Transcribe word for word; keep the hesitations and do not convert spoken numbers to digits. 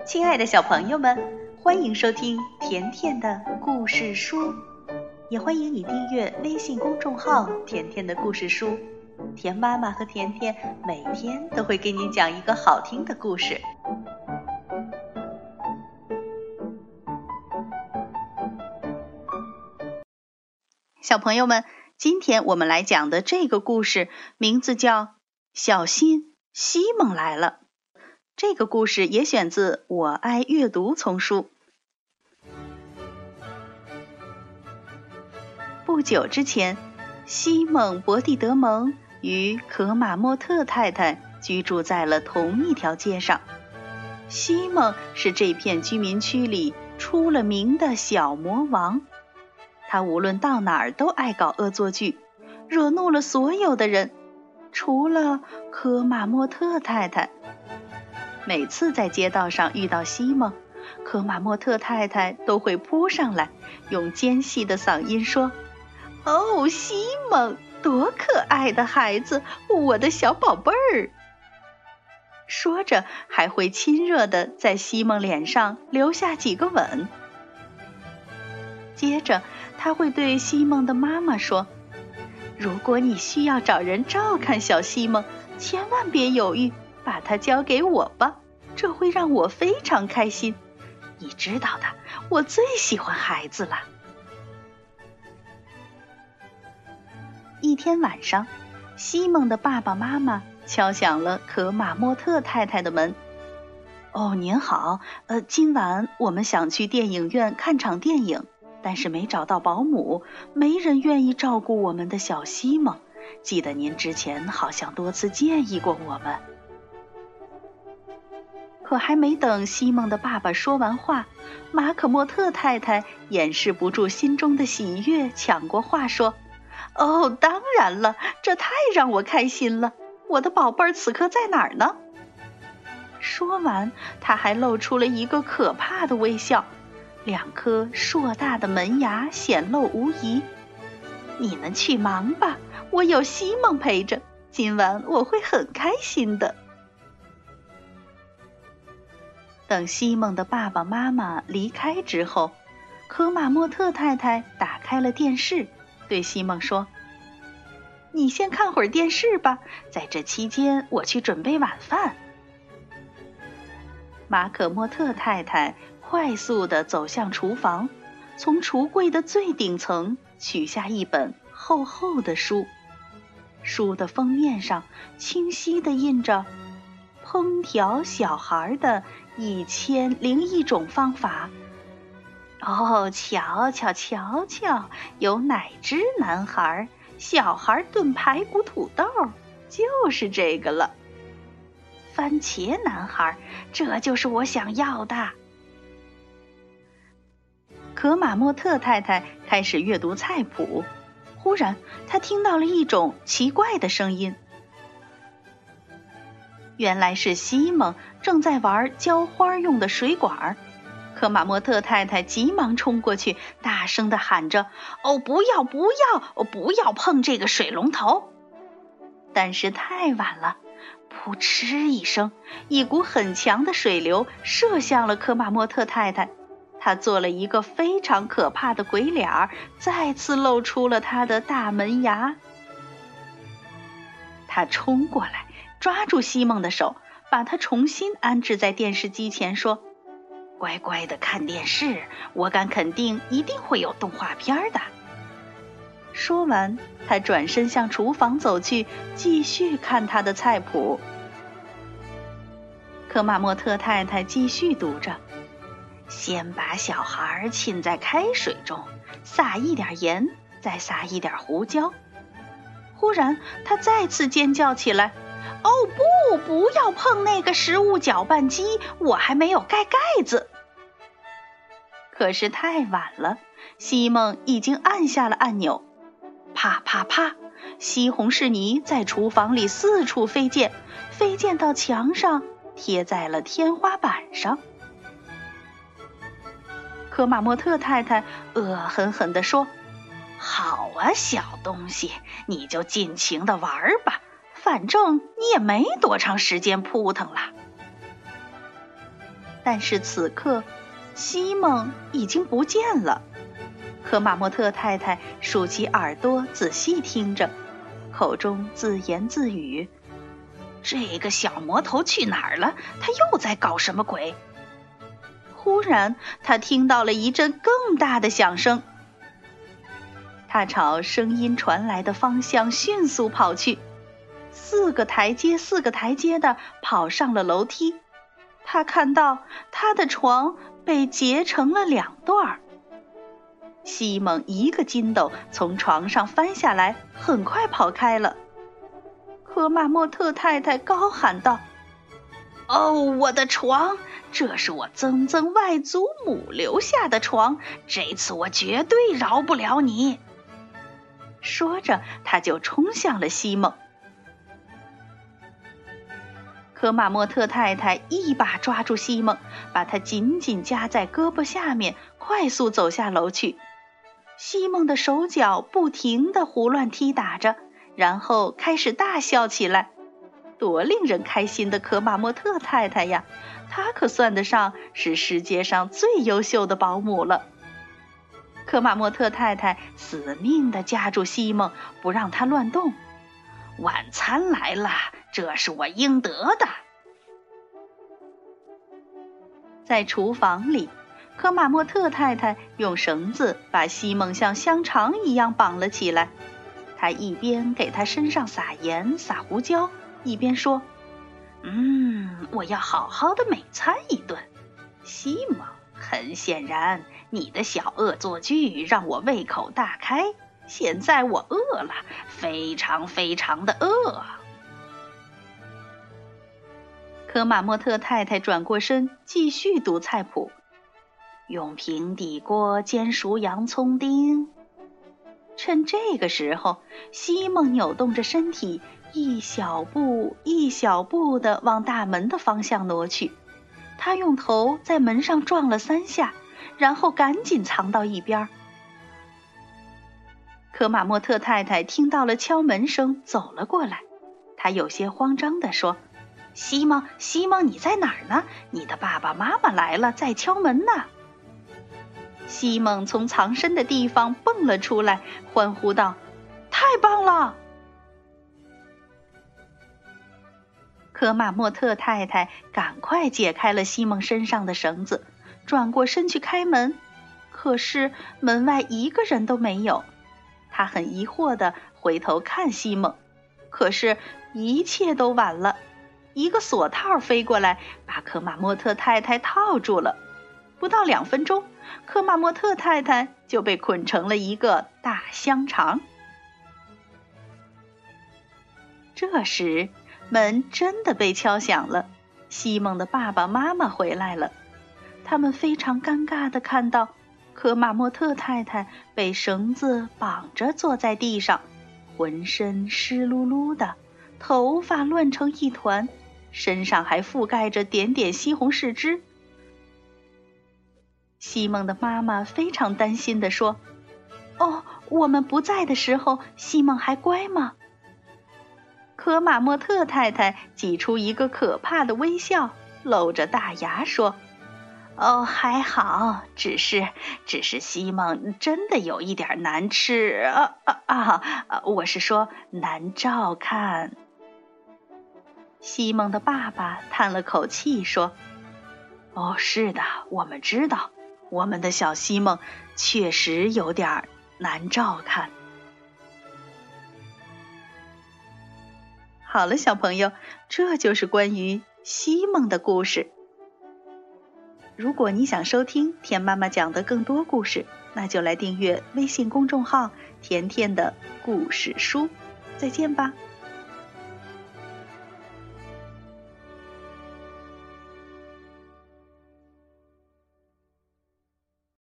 亲爱的小朋友们，欢迎收听甜甜的故事书，也欢迎你订阅微信公众号甜甜的故事书。甜妈妈和甜甜每天都会给你讲一个好听的故事。小朋友们，今天我们来讲的这个故事名字叫《小心，西蒙来了》。这个故事也选自《我爱阅读》丛书。不久之前，西蒙·博蒂德蒙与可马莫特太太居住在了同一条街上。西蒙是这片居民区里出了名的小魔王，他无论到哪儿都爱搞恶作剧，惹怒了所有的人，除了可马莫特太太。每次在街道上遇到西蒙，可马莫特太太都会扑上来，用尖细的嗓音说：哦，西蒙，多可爱的孩子，我的小宝贝儿。说着还会亲热地在西蒙脸上留下几个吻。接着他会对西蒙的妈妈说：如果你需要找人照看小西蒙，千万别犹豫，把他交给我吧，这会让我非常开心。你知道的，我最喜欢孩子了。一天晚上，西蒙的爸爸妈妈敲响了可马莫特太太的门。哦，您好，呃，今晚我们想去电影院看场电影，但是没找到保姆，没人愿意照顾我们的小西蒙。记得您之前好像多次建议过我们。可还没等西蒙的爸爸说完话，马可莫特太太掩饰不住心中的喜悦，抢过话说：哦，当然了，这太让我开心了，我的宝贝儿此刻在哪儿呢？说完，他还露出了一个可怕的微笑，两颗硕大的门牙显露无遗。你们去忙吧，我有西蒙陪着，今晚我会很开心的。等西蒙的爸爸妈妈离开之后，可马莫特太太打开了电视，对西蒙说：你先看会儿电视吧，在这期间我去准备晚饭。马可莫特太太快速地走向厨房，从橱柜的最顶层取下一本厚厚的书，书的封面上清晰地印着烹调小孩的一千零一种方法。哦，瞧瞧瞧瞧，有奶汁男孩，小孩炖排骨土豆，就是这个了。番茄男孩，这就是我想要的。可马莫特太太开始阅读菜谱，忽然她听到了一种奇怪的声音。原来是西蒙正在玩浇花用的水管。可马莫特太太急忙冲过去，大声地喊着：哦，不要不要，哦，不要碰这个水龙头。但是太晚了，噗嗤一声，一股很强的水流射向了可马莫特太太，她做了一个非常可怕的鬼脸，再次露出了她的大门牙。她冲过来抓住西蒙的手，把他重新安置在电视机前，说：乖乖的看电视，我敢肯定一定会有动画片的。说完，他转身向厨房走去，继续看他的菜谱。可马莫特太太继续读着：先把小孩浸在开水中，撒一点盐，再撒一点胡椒。忽然他再次尖叫起来：哦不，不要碰那个食物搅拌机，我还没有盖盖子。可是太晚了，西蒙已经按下了按钮。啪啪啪，西红柿泥在厨房里四处飞溅，飞溅到墙上，贴在了天花板上。可马莫特太太恶狠狠地说：好啊，小东西，你就尽情地玩吧，反正你也没多长时间扑腾了。 但是此刻，西蒙已经不见了。科马莫特太太竖起耳朵仔细听着，口中自言自语：这个小魔头去哪儿了？他又在搞什么鬼？忽然他听到了一阵更大的响声，他朝声音传来的方向迅速跑去，四个台阶四个台阶的跑上了楼梯。他看到他的床被截成了两段。西蒙一个筋斗从床上翻下来，很快跑开了。科马莫特太太高喊道：哦，我的床，这是我曾曾外祖母留下的床，这次我绝对饶不了你。说着，他就冲向了西蒙。科马莫特太太一把抓住西蒙，把他紧紧夹在胳膊下面，快速走下楼去。西蒙的手脚不停地胡乱踢打着，然后开始大笑起来。多令人开心的科马莫特太太呀，她可算得上是世界上最优秀的保姆了。科马莫特太太死命地夹住西蒙，不让他乱动。晚餐来了，这是我应得的。在厨房里，科马莫特太太用绳子把西蒙像香肠一样绑了起来。她一边给他身上撒盐撒胡椒，一边说：嗯，我要好好的美餐一顿。西蒙，很显然你的小恶作剧让我胃口大开，现在我饿了，非常非常的饿。科马莫特太太转过身，继续读菜谱：用平底锅煎熟洋葱丁。趁这个时候，西蒙扭动着身体，一小步一小步地往大门的方向挪去。他用头在门上撞了三下，然后赶紧藏到一边。科马莫特太太听到了敲门声，走了过来。她有些慌张地说：西蒙，西蒙，你在哪儿呢？你的爸爸妈妈来了，在敲门呢。西蒙从藏身的地方蹦了出来，欢呼道：太棒了！科马莫特太太赶快解开了西蒙身上的绳子，转过身去开门，可是门外一个人都没有。他很疑惑地回头看西蒙，可是一切都晚了。一个锁套飞过来，把科马莫特太太套住了。不到两分钟，科马莫特太太就被捆成了一个大香肠。这时，门真的被敲响了，西蒙的爸爸妈妈回来了。他们非常尴尬地看到科马莫特太太被绳子绑着坐在地上，浑身湿漉漉的，头发乱成一团，身上还覆盖着点点西红柿汁。西蒙的妈妈非常担心地说：哦，我们不在的时候，西蒙还乖吗？科马莫特太太挤出一个可怕的微笑，露着大牙说：哦，还好，只是只是西蒙真的有一点难吃啊啊啊！我是说难照看。西蒙的爸爸叹了口气说：哦，是的，我们知道，我们的小西蒙确实有点难照看。好了，小朋友，这就是关于西蒙的故事。如果你想收听甜妈妈讲的更多故事，那就来订阅微信公众号甜甜的故事书。再见吧。